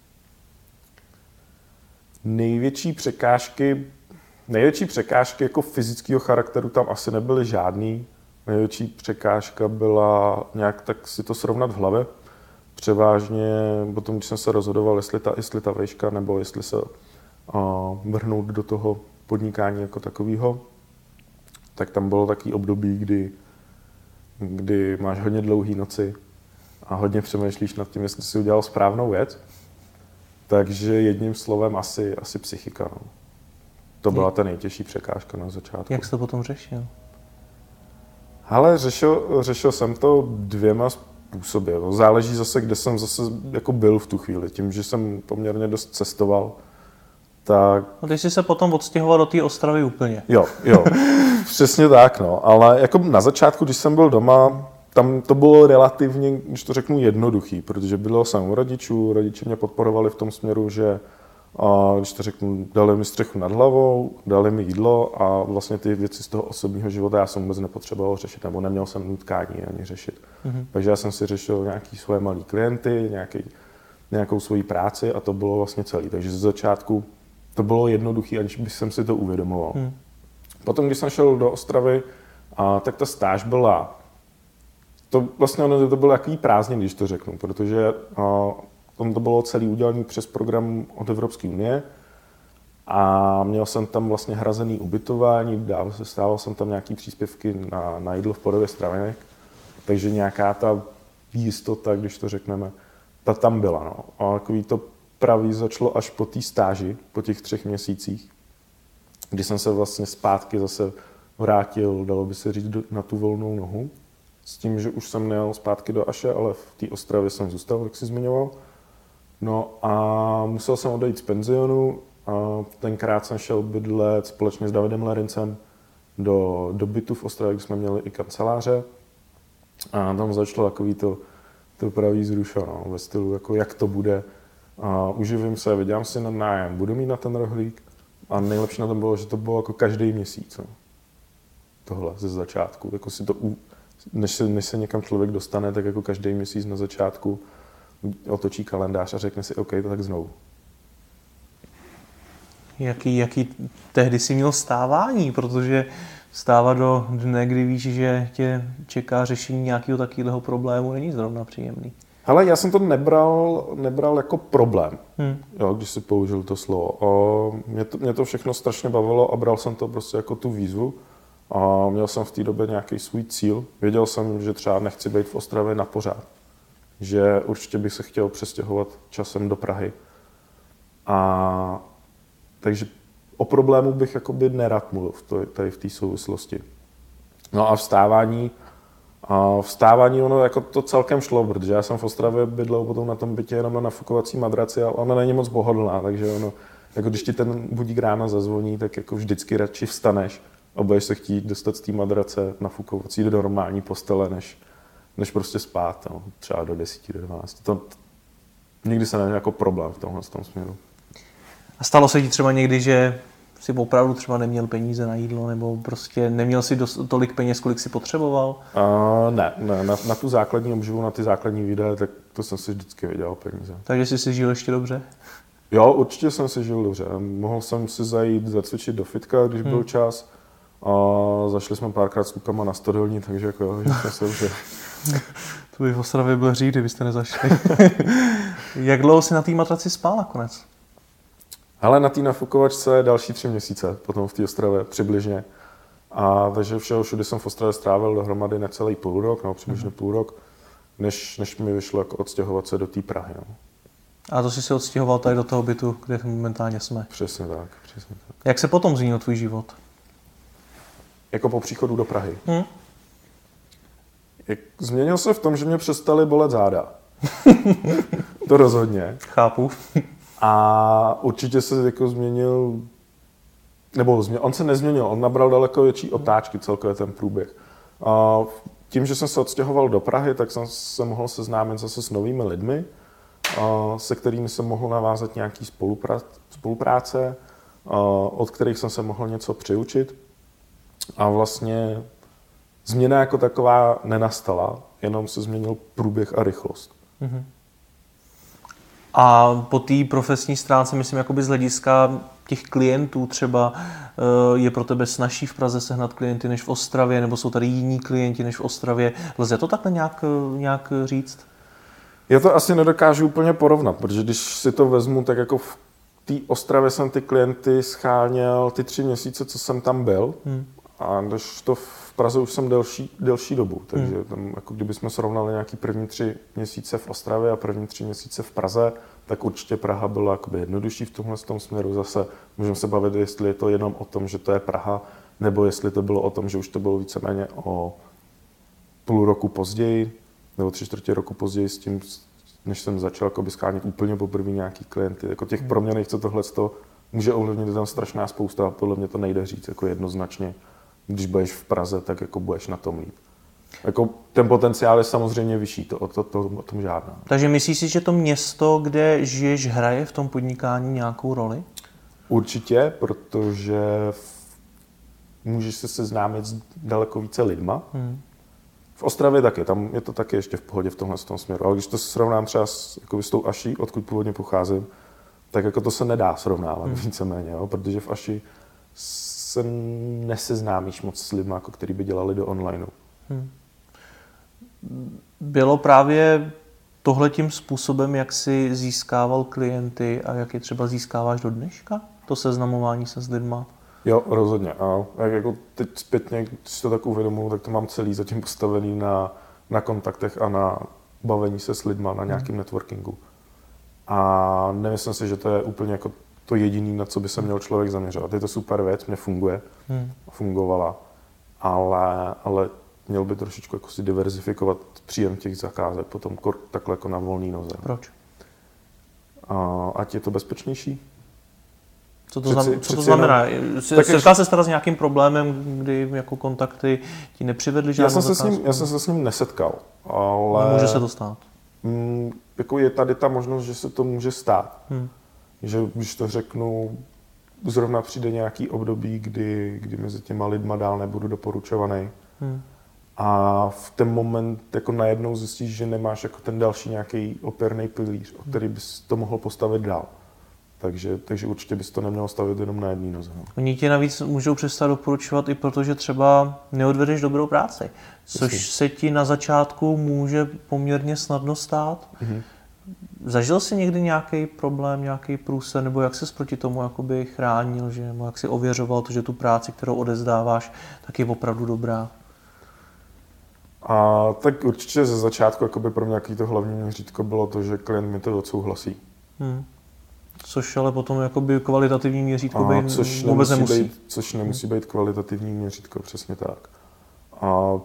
Největší překážky, největší překážky jako fyzického charakteru tam asi nebyly žádný. Největší překážka byla nějak tak si to srovnat v hlavě. Převážně potom, když jsem se rozhodoval, jestli ta, jestli ta vejška, nebo jestli se a vrhnout do toho podnikání jako takového, tak tam bylo takový období, kdy, kdy máš hodně dlouhý noci a hodně přemýšlíš nad tím, jestli jsi udělal správnou věc. Takže jedním slovem asi, asi psychika. No. To byla ta nejtěžší překážka na začátku. Jak jsi to potom řešil? Ale řešil, řešil jsem to dvěma způsoby. Záleží zase, kde jsem zase jako byl v tu chvíli. Tím, že jsem poměrně dost cestoval, tak... No ty jsi se potom odstěhoval do té Ostravy úplně. Jo, jo, přesně tak, no. Ale jako na začátku, když jsem byl doma, tam to bylo relativně, když to řeknu, jednoduchý, protože bydlel jsem u rodičů, rodiče mě podporovali v tom směru, že A když to řeknu, dali mi střechu nad hlavou, dali mi jídlo a vlastně ty věci z toho osobního života já jsem vůbec nepotřeboval řešit, nebo neměl jsem nutkání ani řešit. Mm-hmm. Takže já jsem si řešil nějaký svoje malý klienty, nějaký, nějakou svoji práci a to bylo vlastně celý. Takže ze začátku to bylo jednoduché, aniž bych jsem si to uvědomoval. Mm. Potom, když jsem šel do Ostravy, a, tak ta stáž byla, to vlastně ono, to bylo takový prázdnin, když to řeknu, protože a, tam to bylo celý udělané přes program od Evropské unie a měl jsem tam vlastně hrazený ubytování, dával se, stával jsem tam nějaký příspěvky na, na jídlo v podobě stravenek, takže nějaká ta jistota, když to řekneme, ta tam byla. No. A takový to pravý začalo až po té stáži, po těch třech měsících, kdy jsem se vlastně zpátky zase vrátil, dalo by se říct, na tu volnou nohu, s tím, že už jsem nejel zpátky do Aše, ale v té Ostravě jsem zůstal, jak jsi zmiňoval. No a musel jsem odejít z penzionu a tenkrát jsem šel bydlet společně s Davidem Lerincem do, do bytu v Ostravě, kde jsme měli i kanceláře a tam začalo takový to, to pravý zruša, no, ve stylu, jako jak to bude. A uživím se, vydělám si na nájem, budu mít na ten rohlík a nejlepší na tom bylo, že to bylo jako každý měsíc. No. Tohle ze začátku, jako si to, než se, než se někam člověk dostane, tak jako každý měsíc na začátku otočí kalendář a řekne si, OK, to tak znovu. Jaký, jaký tehdy jsi měl stávání, protože stávat do dne, kdy víš, že tě čeká řešení nějakého takového problému, není zrovna příjemný. Hele, já jsem to nebral, nebral jako problém, hmm. jo, když si použil to slovo. O, mě, to, mě to všechno strašně bavilo a bral jsem to prostě jako tu výzvu. A měl jsem v té době nějaký svůj cíl. Věděl jsem, že třeba nechci být v Ostravě na pořád. Že určitě bych se chtěl přestěhovat časem do Prahy. A takže o problému bych jakoby nerad mluvil tady v té souvislosti. No a vstávání, a vstávání ono jako to celkem šlo, protože já jsem v Ostravě bydlel potom na tom bytě jenom na nafukovací madraci a ona není moc pohodlná, takže ono, jako když ti ten budík ráno zazvoní, tak jako vždycky radši vstaneš a budeš se chtít dostat z té madrace nafukovací do normální postele, než, než prostě spát, no, třeba do deseti, do dvanácti. To, nikdy se neměl jako problém v tomhle tom směru. A stalo se ti třeba někdy, že jsi opravdu třeba neměl peníze na jídlo, nebo prostě neměl si dost, tolik peněz, kolik si potřeboval? Uh, ne, ne na, na tu základní obživu, na ty základní výdaje, tak to jsem si vždycky vydělal peníze. Takže jsi si žil ještě dobře? Jo, určitě jsem si žil dobře. Mohl jsem si zajít zacvičit do fitka, když hmm. byl čas. A zašli jsme párkrát s klukama na stodolní, takže jako jo, že jsem se dobře. To by v Ostravě byl řík, kdybyste nezašli. Jak dlouho jsi na té matraci spal nakonec? Hele, na té nafukovačce další tři měsíce, potom v té Ostravě přibližně. A takže všeho všude jsem v Ostravě strávil dohromady necelý půl rok, no přibližně mm-hmm. půl rok, než, než mi vyšlo jako odstěhovat se do té Prahy. No. A to jsi se odstěhoval tady do toho bytu, kde momentálně jsme. Přesně tak, přesně tak. Jak se potom změnil tvůj život? Jako po příchodu do Prahy. Hmm. Jak, změnil se v tom, že mě přestaly bolet záda. To rozhodně. Chápu. A určitě se jako změnil, nebo změnil, on se nezměnil, on nabral daleko větší otáčky celkově ten průběh. A tím, že jsem se odstěhoval do Prahy, tak jsem se mohl seznámit zase s novými lidmi, se kterými jsem mohl navázat nějaký spolupráce, od kterých jsem se mohl něco přiučit. A vlastně změna jako taková nenastala, jenom se změnil průběh a rychlost. Mm-hmm. A po té profesní stránce, myslím, jakoby z hlediska těch klientů třeba je pro tebe snazší v Praze sehnat klienty než v Ostravě, nebo jsou tady jiní klienti než v Ostravě. Lze to takhle nějak, nějak říct? Já to asi nedokážu úplně porovnat, protože když si to vezmu, tak jako v té Ostravě jsem ty klienty scháněl ty tři měsíce, co jsem tam byl. Hmm. A když to v Praze už jsem delší, delší dobu, takže tam, jako kdybychom srovnali nějaký první tři měsíce v Ostravě a první tři měsíce v Praze, tak určitě Praha byla jakoby jednodušší v tomhle tom směru. Zase můžeme se bavit, jestli je to jenom o tom, že to je Praha, nebo jestli to bylo o tom, že už to bylo víceméně o půl roku později, nebo tři čtvrtě roku později s tím, než jsem začal schánět úplně poprvé nějaký klienty. Jako těch proměnných, co tohle může ovlivnit, tam strašná spousta a podle mě to nejde říct jako jednoznačně. Když budeš v Praze, tak jako budeš na tom líp. Jako ten potenciál je samozřejmě vyšší, to, to, to, o tom žádná. Takže myslíš si, že to město, kde žiješ, hraje v tom podnikání nějakou roli? Určitě, protože můžeš se seznámit s daleko více lidma. Hmm. V Ostravě taky, tam je to taky ještě v pohodě v tomhle tom směru. Ale když to srovnám třeba s, jako s tou Aší, odkud původně pocházím, tak jako to se nedá srovnávat hmm. víceméně, jo? Protože v Aši se neseznámíš moc s lidma, jako který by dělali do onlineu. Hmm. Bylo právě tohle tím způsobem, jak jsi získával klienty a jak je třeba získáváš do dneška? To seznamování se s lidma? Jo, rozhodně. A jak jako teď zpětně, když si to tak uvědomuji, tak to mám celý zatím postavený na, na kontaktech a na bavení se s lidma, na nějakém hmm. networkingu. A nemyslím si, že to je úplně jako to jediné, na co by se měl člověk zaměřovat. Je to super věc, mě funguje, hmm. fungovala, ale, ale měl by trošičku jako si diverzifikovat příjem těch zakázek, potom takhle jako na volný noze. Proč? A, ať je to bezpečnější. Co to, přeci, znam, co to znamená? Setkal se teda s nějakým problémem, kdy jako kontakty ti nepřivedly žádnou já jsem se zakázku? S ním, já jsem se s ním nesetkal, ale... Může se to stát? Mm, jako je tady ta možnost, že se to může stát. Hmm. Že když to řeknu, zrovna přijde nějaký období, kdy, kdy mezi těma lidma dál nebudu doporučovaný. Hmm. A v ten moment jako najednou zjistíš, že nemáš jako ten další nějaký opěrný pilíř, o který bys to mohl postavit dál. Takže, takže určitě bys to neměl stavit jenom na jedné noze. No. Oni ti navíc můžou přestat doporučovat i proto, že třeba neodvedeš dobrou práci, což Myslím. se ti na začátku může poměrně snadno stát. Mm-hmm. Zažil jsi někdy nějaký problém, nějaký průser, nebo jak ses proti tomu jakoby chránil, že, nebo jak jsi ověřoval to, že tu práci, kterou odezdáváš, tak je opravdu dobrá? A tak určitě ze začátku jakoby pro mě nějaký to hlavní měřítko bylo to, že klient mi to odsouhlasí. Hmm. Což ale potom jakoby kvalitativní měřítko a být což vůbec nemusí. nemusí. Být, což nemusí být kvalitativní měřítko, přesně tak. A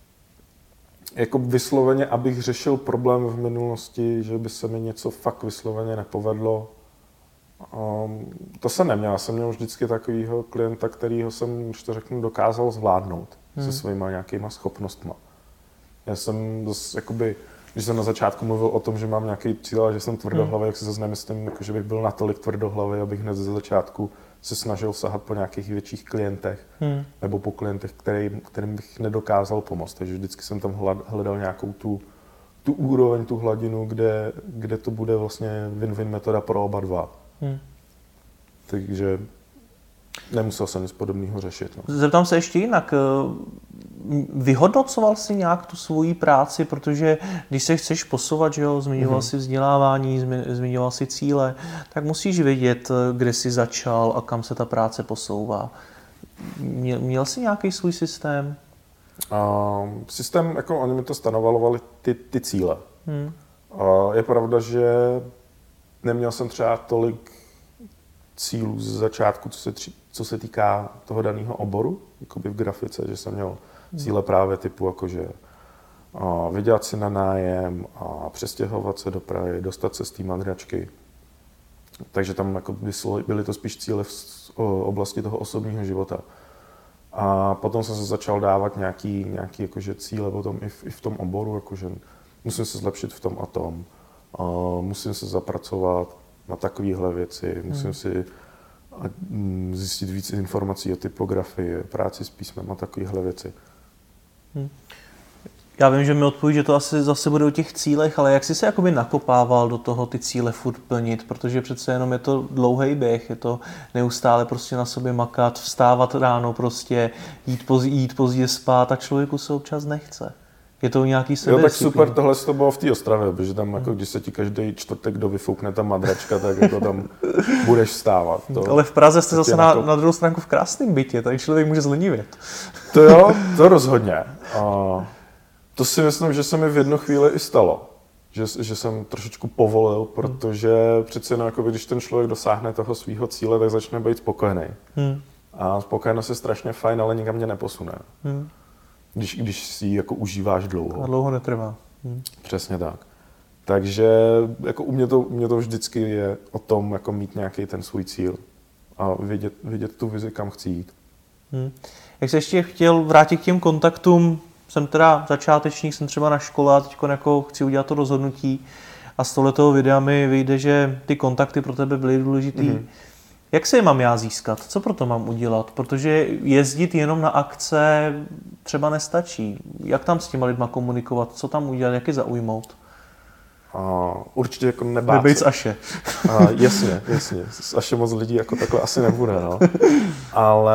jako vysloveně, abych řešil problém v minulosti, že by se mi něco fakt vysloveně nepovedlo, um, to jsem neměl. Já jsem měl vždycky takovýho klienta, kterýho jsem, když to řeknu, dokázal zvládnout hmm. se svýma nějakýma schopnostma. Já jsem dost, jakoby, když jsem na začátku mluvil o tom, že mám nějaký cíl a že jsem tvrdohlavý, hmm. tak si zase nemyslím, jako, že bych byl natolik tvrdohlavý, abych hned ze začátku se snažil sahat po nějakých větších klientech hmm. nebo po klientech, který, kterým bych nedokázal pomoct. Takže vždycky jsem tam hledal nějakou tu, tu úroveň, tu hladinu, kde, kde to bude vlastně win-win metoda pro oba dva. Hmm. Takže nemusel jsem nic podobného řešit. No. Zeptám se ještě jinak. Vyhodnocoval jsi nějak tu svoji práci, protože když se chceš posouvat, že jo, zmiňoval mm-hmm. jsi vzdělávání, zmiňoval jsi cíle, tak musíš vědět, kde jsi začal a kam se ta práce posouvá. Měl, měl jsi nějaký svůj systém? Uh, systém, jako oni mi to stanovovali ty, ty cíle. Hmm. Uh, je pravda, že neměl jsem třeba tolik cílů z začátku, co se, tři, co se týká toho daného oboru, jakoby v grafice, že jsem měl cíle právě typu, jakože uh, vydělat si na nájem, a přestěhovat se do Prahy, dostat se z té madračky. Takže tam jako byly to spíš cíle v oblasti toho osobního života. A potom jsem se začal dávat nějaký, nějaký jakože cíle potom i v, i v tom oboru, jakože musím se zlepšit v tom a tom, a musím se zapracovat na takovéhle věci, musím hmm. si zjistit víc informací o typografii, práci s písmem a takovéhle věci. Hmm. Já vím, že mi odpoví, že to asi zase bude o těch cílech, ale jak jsi se jakoby nakopával do toho ty cíle furt plnit, protože přece jenom je to dlouhý běh, je to neustále prostě na sobě makat, vstávat ráno prostě, jít, pozdě, jít pozdě spát a člověku se občas nechce. Je to nějaký sebedisciplín. Jo, tak super, tohle to bylo v té Ostravě, protože tam, jako, když se ti každý čtvrtek dovyfoukne ta madračka, tak jako tam budeš vstávat. To, ale v Praze jste zase na, na druhou stránku v krásném bytě, takže člověk může zlenivět. To jo, to rozhodně. A to si myslím, že se mi v jednu chvíli i stalo. Že, že jsem trošičku povolil, protože hmm. přece jenom, jako když ten člověk dosáhne toho svého cíle, tak začne být spokojený. Hmm. A spokojenost je strašně fajn, ale nikam mě neposune. Hmm. Když, když si ji jako užíváš dlouho. A dlouho netrvá. Hmm. Přesně tak. Takže jako u mě to, u mě to vždycky je o tom, jako mít nějaký ten svůj cíl a vidět, vidět tu vizi, kam chci jít. Hmm. Jak se ještě chtěl vrátit k těm kontaktům jsem teda začátečník, jsem třeba na škole a teď jako chci udělat to rozhodnutí a z tohletoho videa mi vyjde, že ty kontakty pro tebe byly důležitý. Mm-hmm. Jak se je mám já získat? Co pro to mám udělat? Protože jezdit jenom na akce třeba nestačí. Jak tam s těma lidma komunikovat? Co tam udělat? Jak je zaujmout? Uh, určitě jako nebát Nebejt z Aše. Uh, jasně, jasně. Z Aše moc lidí jako takhle asi nebude, no. Ale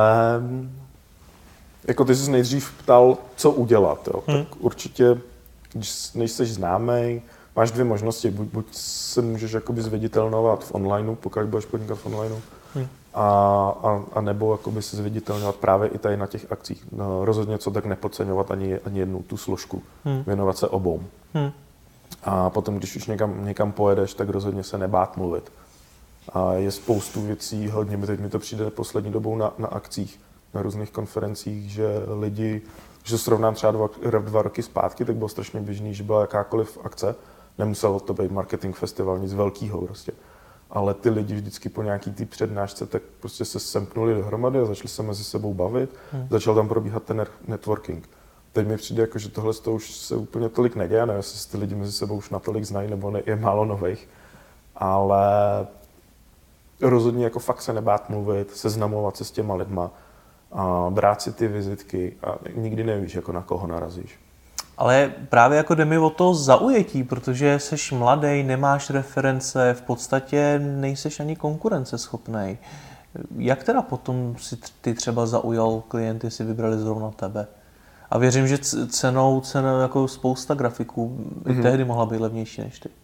jako ty jsi nejdřív ptal, co udělat, jo. Hmm. Tak určitě, když nejseš známej, máš dvě možnosti. Buď, buď se můžeš jakoby zviditelnovat v onlineu, pokud budeš podnikat v onlineu, hmm. a, a, a nebo jakoby se zviditelňovat právě i tady na těch akcích. No, rozhodně co tak nepodceňovat ani, ani jednu tu složku. Hmm. Věnovat se obou. Hmm. A potom, když už někam, někam pojedeš, tak rozhodně se nebát mluvit. A je spoustu věcí, hodně mi teď mi to přijde poslední dobou na, na akcích, na různých konferencích, že lidi, že to srovnám třeba dva, dva roky zpátky, tak bylo strašně běžný, že byla jakákoliv akce, nemuselo to být marketing festival, nic velkýho prostě. Ale ty lidi vždycky po nějaký té přednášce tak prostě se semknuli dohromady a začali se mezi sebou bavit, hmm. začal tam probíhat ten networking. Teď mi přijde, jako, že tohle to už se úplně tolik neděje, nevím, jestli ty lidi mezi sebou už natolik znají, nebo ne, je málo nových, ale rozhodně jako fakt se nebát mluvit, seznamovat se s těma lidma, a brát si ty vizitky a nikdy nevíš, jako na koho narazíš. Ale právě jako jde mi o to zaujetí, protože jsi mladý, nemáš reference, v podstatě nejseš ani konkurenceschopnej. Jak teda potom si ty třeba zaujal klienty, si vybrali zrovna tebe? A věřím, že cenou, cenou jako spousta grafiků mm-hmm. i tehdy mohla být levnější než ty.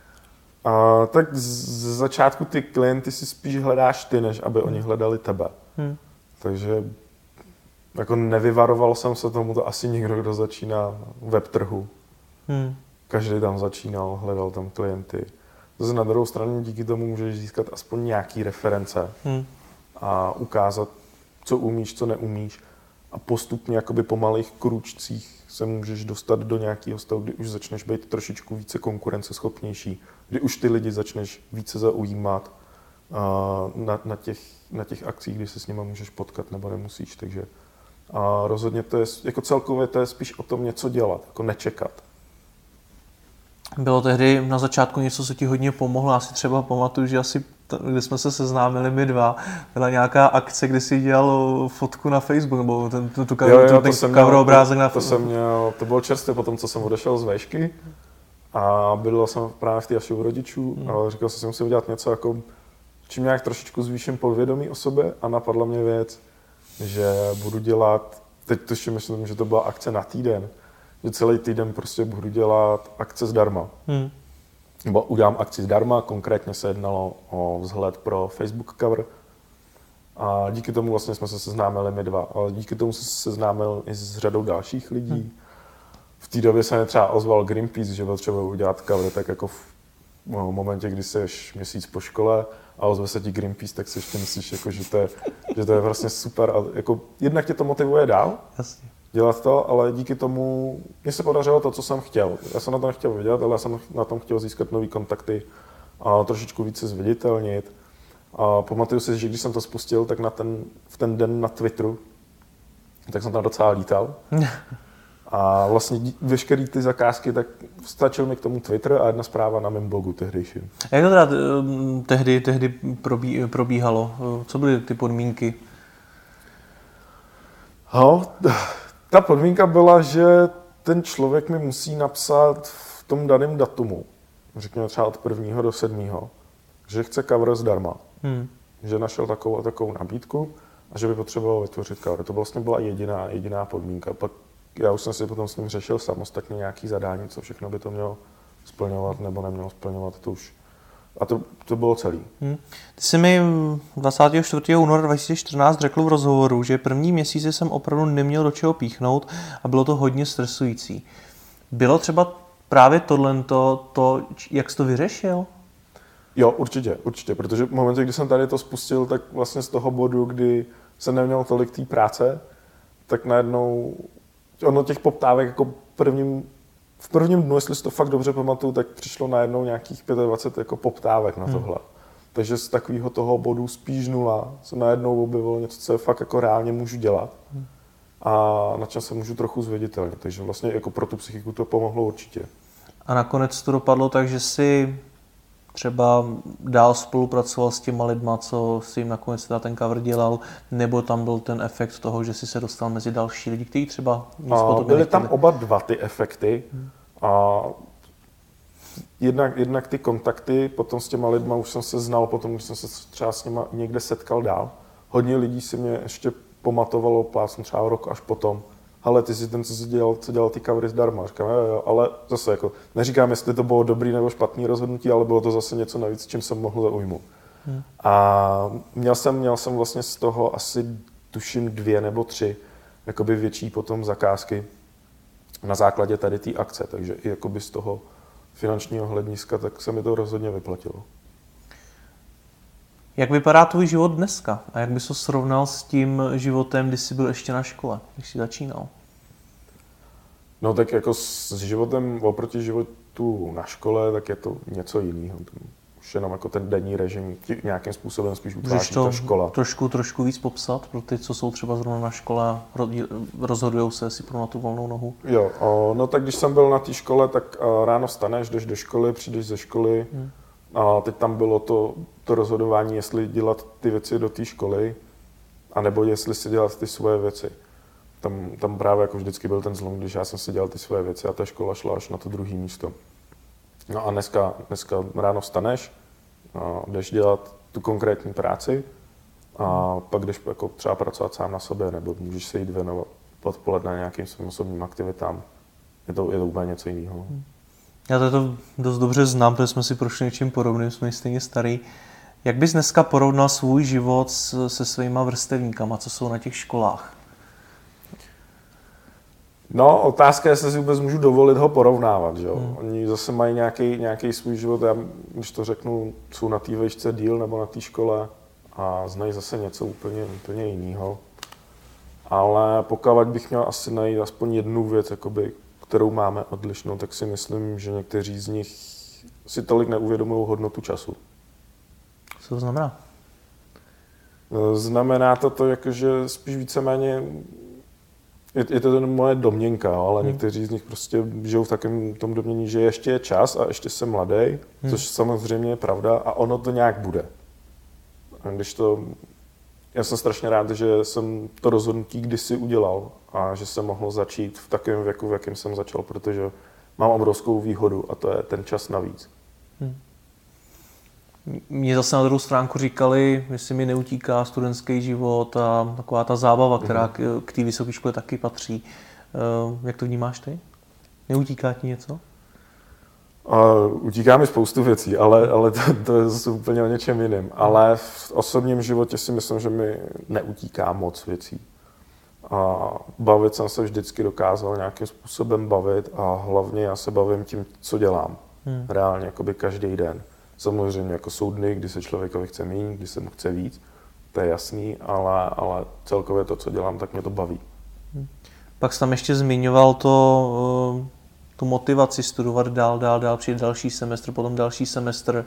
A, tak z začátku ty klienty si spíš hledáš ty, než aby oni hledali tebe. Hmm. Takže jako nevyvaroval jsem se tomu to asi nikdo, kdo začíná web trhu. Hmm. Každý tam začínal, hledal tam klienty. Zase na druhou stranu díky tomu můžeš získat aspoň nějaký reference hmm. a ukázat, co umíš, co neumíš. A postupně jakoby po malých kručcích se můžeš dostat do nějakého stavu, kdy už začneš být trošičku více konkurenceschopnější, kdy už ty lidi začneš více zaujímat uh, na, na, těch, na těch akcích, kdy se s nimi můžeš potkat nebo nemusíš. Takže a rozhodně to je, jako celkově to je spíš o tom něco dělat, jako nečekat. Bylo tehdy na začátku něco, co ti hodně pomohlo. Já si třeba pamatuju, že asi, když jsme se seznámili my dva, byla nějaká akce, kdy jsi dělal fotku na Facebook, nebo ten, tu, tu, jo, jo, ten coverobrázek na Facebook. To, měl, to bylo čerstvě po tom, co jsem odešel z véšky a bydlel jsem právě v té Aši u rodičů hmm. a říkal jsem si, musím udělat něco, jako, čím nějak trošičku zvýším podvědomí o sobě a napadla mě věc, že budu dělat, teď to myslím, že to byla akce na týden, že celý týden prostě budu dělat akce zdarma. Hmm. Nebo udělám akci zdarma, konkrétně se jednalo o vzhled pro Facebook cover. A díky tomu vlastně jsme se seznámili my dva, ale díky tomu se seznámil i s řadou dalších lidí. Hmm. V té době se mi třeba ozval Greenpeace, že potřebuji udělat cover, tak jako v momentě, kdy jsi měsíc po škole a ozve se ti Greenpeace, tak si ještě myslíš, jako, že, to je, že to je vlastně super. A jako, jednak tě to motivuje dál. Jasně. Dělat to, ale díky tomu mně se podařilo to, co jsem chtěl. Já jsem na tom chtěl vydělat, ale já jsem na tom chtěl získat nový kontakty a trošičku více zviditelnit. A pamatuju si, že když jsem to spustil, tak na ten, v ten den na Twitteru, tak jsem tam docela lítal. A vlastně veškeré ty zakázky, tak stačil mi k tomu Twitter a jedna zpráva na mém blogu tehdejším. Jak to teda tehdy, tehdy probí, probíhalo? Co byly ty podmínky? No, ta podmínka byla, že ten člověk mi musí napsat v tom daném datumu, řekněme třeba od prvního do sedmého, že chce cover zdarma, hmm. že našel takovou a takovou nabídku a že by potřeboval vytvořit cover. To vlastně byla jediná, jediná podmínka. Pak já už jsem si potom s ním řešil samostatně nějaké zadání, co všechno by to mělo splňovat nebo nemělo splňovat, to už. A to, to bylo celý. Hmm. Ty jsi mi dvacátého čtvrtého února dva tisíce čtrnáct řekl v rozhovoru, že první měsíce jsem opravdu neměl do čeho píchnout a bylo to hodně stresující. Bylo třeba právě tohle, to, to, jak jsi to vyřešil? Jo, určitě, určitě, protože v momentě, kdy jsem tady to spustil, tak vlastně z toho bodu, kdy jsem neměl tolik té práce, tak najednou ono těch poptávek jako prvním, v prvním dnu, jestli si to fakt dobře pamatuju, tak přišlo najednou nějakých dvacet pět jako poptávek na tohle. Hmm. Takže z takového toho bodu spíš nula se najednou objevilo něco, co je fakt jako reálně můžu dělat. Hmm. a na čem se můžu trochu zviditelnit. Takže vlastně jako pro tu psychiku to pomohlo určitě. A nakonec to dopadlo tak, že si třeba dál spolupracoval s těma lidma, co si jim nakonec teda ten cover dělal, nebo tam byl ten efekt toho, že si se dostal mezi další lidi, kteří třeba nic A po tobě byly nechtěli. tam oba dva ty efekty. Hmm. A jednak, jednak ty kontakty, potom s těma lidma už jsem se znal, potom už jsem se třeba s nima někde setkal dál. Hodně lidí si mě ještě pamatovalo, plácnu třeba rok až potom. Ale ty jsi ten, co jsi dělal, co dělal ty covery zdarma. Říkám, jo, jo, ale zase jako, neříkám, jestli to bylo dobrý nebo špatný rozhodnutí, ale bylo to zase něco navíc, čím jsem mohl zaujmout. Hmm. A měl jsem, měl jsem vlastně z toho asi, tuším, dvě nebo tři jakoby větší potom zakázky na základě tady té akce, takže i jakoby z toho finančního hlediska, tak se mi to rozhodně vyplatilo. Jak vypadá tvůj život dneska? A jak bys to srovnal s tím životem, když jsi byl ještě na škole, když jsi začínal? No tak jako s životem oproti životu na škole, tak je to něco jiného. Už jenom jako ten denní režim nějakým způsobem spíš utváří ta škola. Trošku, trošku víc popsat pro ty, co jsou třeba zrovna na škole a rozhodují se, jestli pro na tu volnou nohu? Jo, no tak když jsem byl na té škole, tak ráno vstaneš, jdeš do školy, přijdeš ze školy. Hmm. A teď tam bylo to, to rozhodování, jestli dělat ty věci do té školy, anebo jestli si dělat ty svoje věci. Tam, tam právě jako vždycky byl ten zlom, když já jsem si dělal ty svoje věci a ta škola šla až na to druhé místo. No a dneska, dneska ráno vstaneš, a jdeš dělat tu konkrétní práci a pak jdeš jako třeba pracovat sám na sobě, nebo můžeš se jít věnovat odpoledne nějakým svým osobním aktivitám. Je to, je to úplně něco jiného. Já to dost dobře znám, protože jsme si prošli něčím podobným, jsme stejně starý. Jak bys dneska porovnal svůj život se svýma vrstevníkama, co jsou na těch školách? No, otázka je, jestli si vůbec můžu dovolit ho porovnávat, že jo. Hmm. Oni zase mají nějaký, nějaký svůj život, já, když to řeknu, jsou na té vejšce díl nebo na té škole a znají zase něco úplně, úplně jiného. Ale pokud bych měl asi najít aspoň jednu věc, jakoby, kterou máme odlišnou, tak si myslím, že někteří z nich si tolik neuvědomují hodnotu času. Co to znamená? Znamená to to, jako, že spíš víceméně je, je to moje domněnka, ale hmm. někteří z nich prostě žijou v takovém tom domnění, že ještě je čas a ještě jsem mladý, hmm. což samozřejmě je pravda a ono to nějak bude. A když to, já jsem strašně rád, že jsem to rozhodnutí kdysi udělal a že jsem mohl začít v takovém věku, v jakém jsem začal, protože mám obrovskou výhodu a to je ten čas navíc. Hmm. Mě zase na druhou stránku říkali, jestli mi neutíká studentský život a taková ta zábava, která k, k té vysoké škole taky patří. Jak to vnímáš ty? Neutíká ti něco? Uh, utíká mi spoustu věcí, ale, ale to, to je zase úplně o něčem jiném. Ale v osobním životě si myslím, že mi neutíká moc věcí. A bavit jsem se vždycky dokázal nějakým způsobem bavit a hlavně já se bavím tím, co dělám. Hmm. Reálně, jakoby každý den. Samozřejmě jako jsou dny, kdy se člověkovi chce méně, kdy se mu chce víc, to je jasný, ale, ale celkově to, co dělám, tak mě to baví. Pak jsi tam ještě zmiňoval to, tu motivaci studovat dál, dál, dál, přijít další semestr, potom další semestr.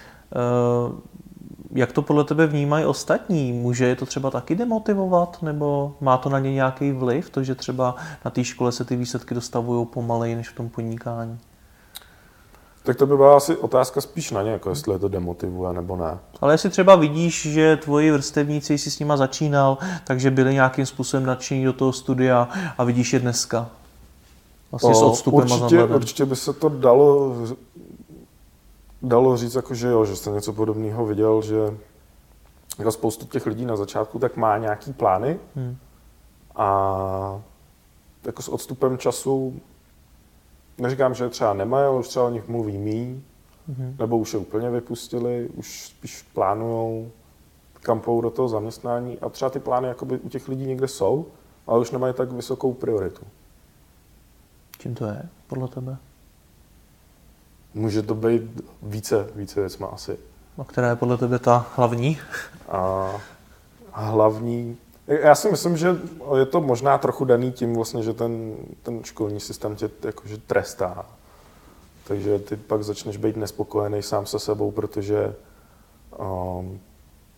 Jak to podle tebe vnímají ostatní? Může je to třeba taky demotivovat, nebo má to na ně nějaký vliv, to, že třeba na té škole se ty výsledky dostavují pomaleji než v tom podnikání? Tak to by byla asi otázka spíš na ně, jako jestli je to demotivuje nebo ne. Ale jestli třeba vidíš, že tvoji vrstevníci jsi s nima začínal, takže byli nějakým způsobem nadšení do toho studia a vidíš je dneska. Vlastně o, s odstupem určitě, a určitě by se to dalo, dalo říct, jako, že jo, že jste něco podobného viděl, že jako spoustu těch lidí na začátku tak má nějaký plány hmm. a jako s odstupem času neříkám, že třeba nemají, ale už třeba o nich mluví míň, mm-hmm. nebo už je úplně vypustili, už spíš plánujou, kam půjdou do toho zaměstnání a třeba ty plány jakoby u těch lidí někde jsou, ale už nemají tak vysokou prioritu. Čím to je, podle tebe? Může to být více, více věcma asi. A která je podle tebe ta hlavní? A hlavní... Já si myslím, že je to možná trochu daný tím vlastně, že ten, ten školní systém tě jakože trestá. Takže ty pak začneš být nespokojený sám se sebou, protože um,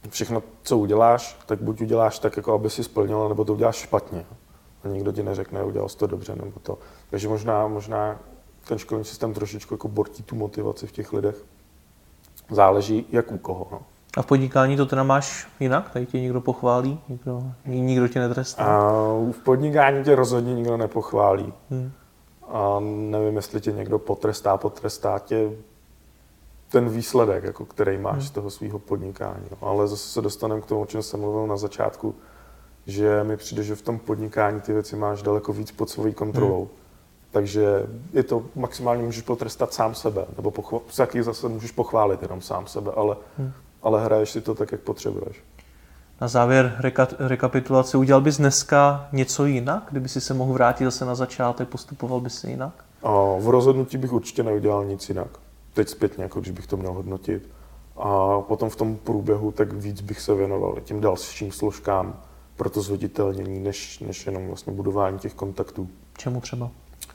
všechno, co uděláš, tak buď uděláš tak, jako aby si splnil, nebo to uděláš špatně. A nikdo ti neřekne, udělal jsi to dobře, nebo to. Takže možná, možná ten školní systém trošičku jako bortí tu motivaci v těch lidech. Záleží, jak u koho. No. A v podnikání to teda máš jinak? Tady tě někdo pochválí? Nikdo, nikdo tě netrestá? A v podnikání tě rozhodně nikdo nepochválí. Hmm. A nevím, jestli tě někdo potrestá, potrestá tě ten výsledek, jako který máš hmm. z toho svého podnikání. No. Ale zase se dostaneme k tomu, o čem jsem mluvil na začátku, že mi přijde, že v tom podnikání ty věci máš daleko víc pod svojí kontrolou. Hmm. Takže je to maximálně můžeš potrestat sám sebe, nebo pochva- taky zase můžeš pochválit jenom sám sebe, ale, hmm. ale hraješ si to tak, jak potřebuješ. Na závěr reka- rekapitulace, udělal bys dneska něco jinak? Kdyby si se mohl vrátit zase na začátek, postupoval bys si jinak? A v rozhodnutí bych určitě neudělal nic jinak. Teď zpětně, jako když bych to měl hodnotit. A potom v tom průběhu tak víc bych se věnoval těm dalším složkám pro to zviditelnění, než, než jenom vlastně budování těch kontaktů. Čemu třeba?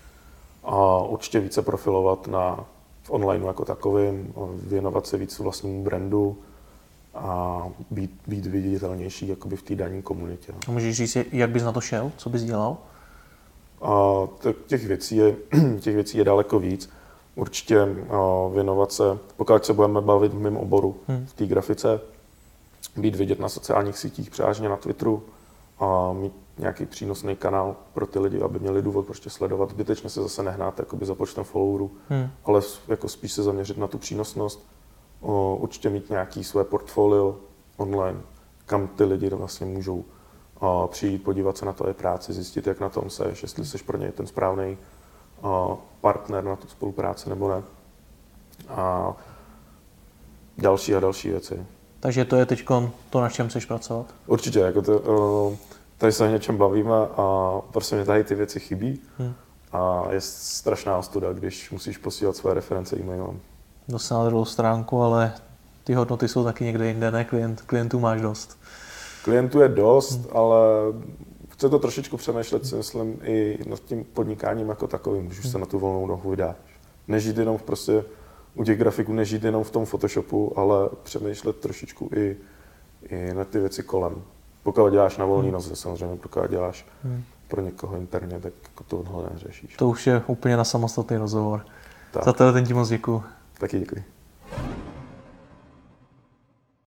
A určitě více profilovat na, v online jako takovým, věnovat se víc vlastnímu brandu a být, být viditelnější jakoby v té dané komunitě. A můžeš říct, jak bys na to šel? Co bys dělal? A těch věcí je, těch věcí je daleko víc. Určitě věnovat se, pokud se budeme bavit v mém oboru, hmm. v té grafice, být vidět na sociálních sítích, převážně na Twitteru, a mít nějaký přínosný kanál pro ty lidi, aby měli důvod prostě sledovat. Zbytečně se zase nehnát jakoby za počtem followerů, hmm. ale jako spíš se zaměřit na tu přínosnost. O, určitě mít nějaký své portfolio online, kam ty lidi vlastně můžou o, přijít, podívat se na tvoje práci, zjistit, jak na tom seš, jestli jsi pro něj ten správný partner na tu spolupráci nebo ne. A další a další věci. Takže to je teď to, na čem chceš pracovat? Určitě, jako to, tady se o něčem bavíme a prostě mě tady ty věci chybí. Hmm. A je strašná ostuda, když musíš posílat své reference e-mailem. Dost na druhou stránku, ale ty hodnoty jsou taky někde jinde, ne? Klient, klientů máš dost. Klientů je dost, hmm. ale chce to trošičku přemýšlet, si myslím, i nad tím podnikáním jako takovým, když už hmm. se na tu volnou nohu vydáš. Nežít jenom prostě u těch grafiků, nežít jenom v tom Photoshopu, ale přemýšlet trošičku i, i na ty věci kolem. Pokud děláš na volný hmm. noze, samozřejmě, pokud děláš hmm. pro někoho interně, tak jako tohle neřešíš. To už je úplně na samostatný rozhovor. Tak. Za to ten ti moc děkuju. Taky děkuji.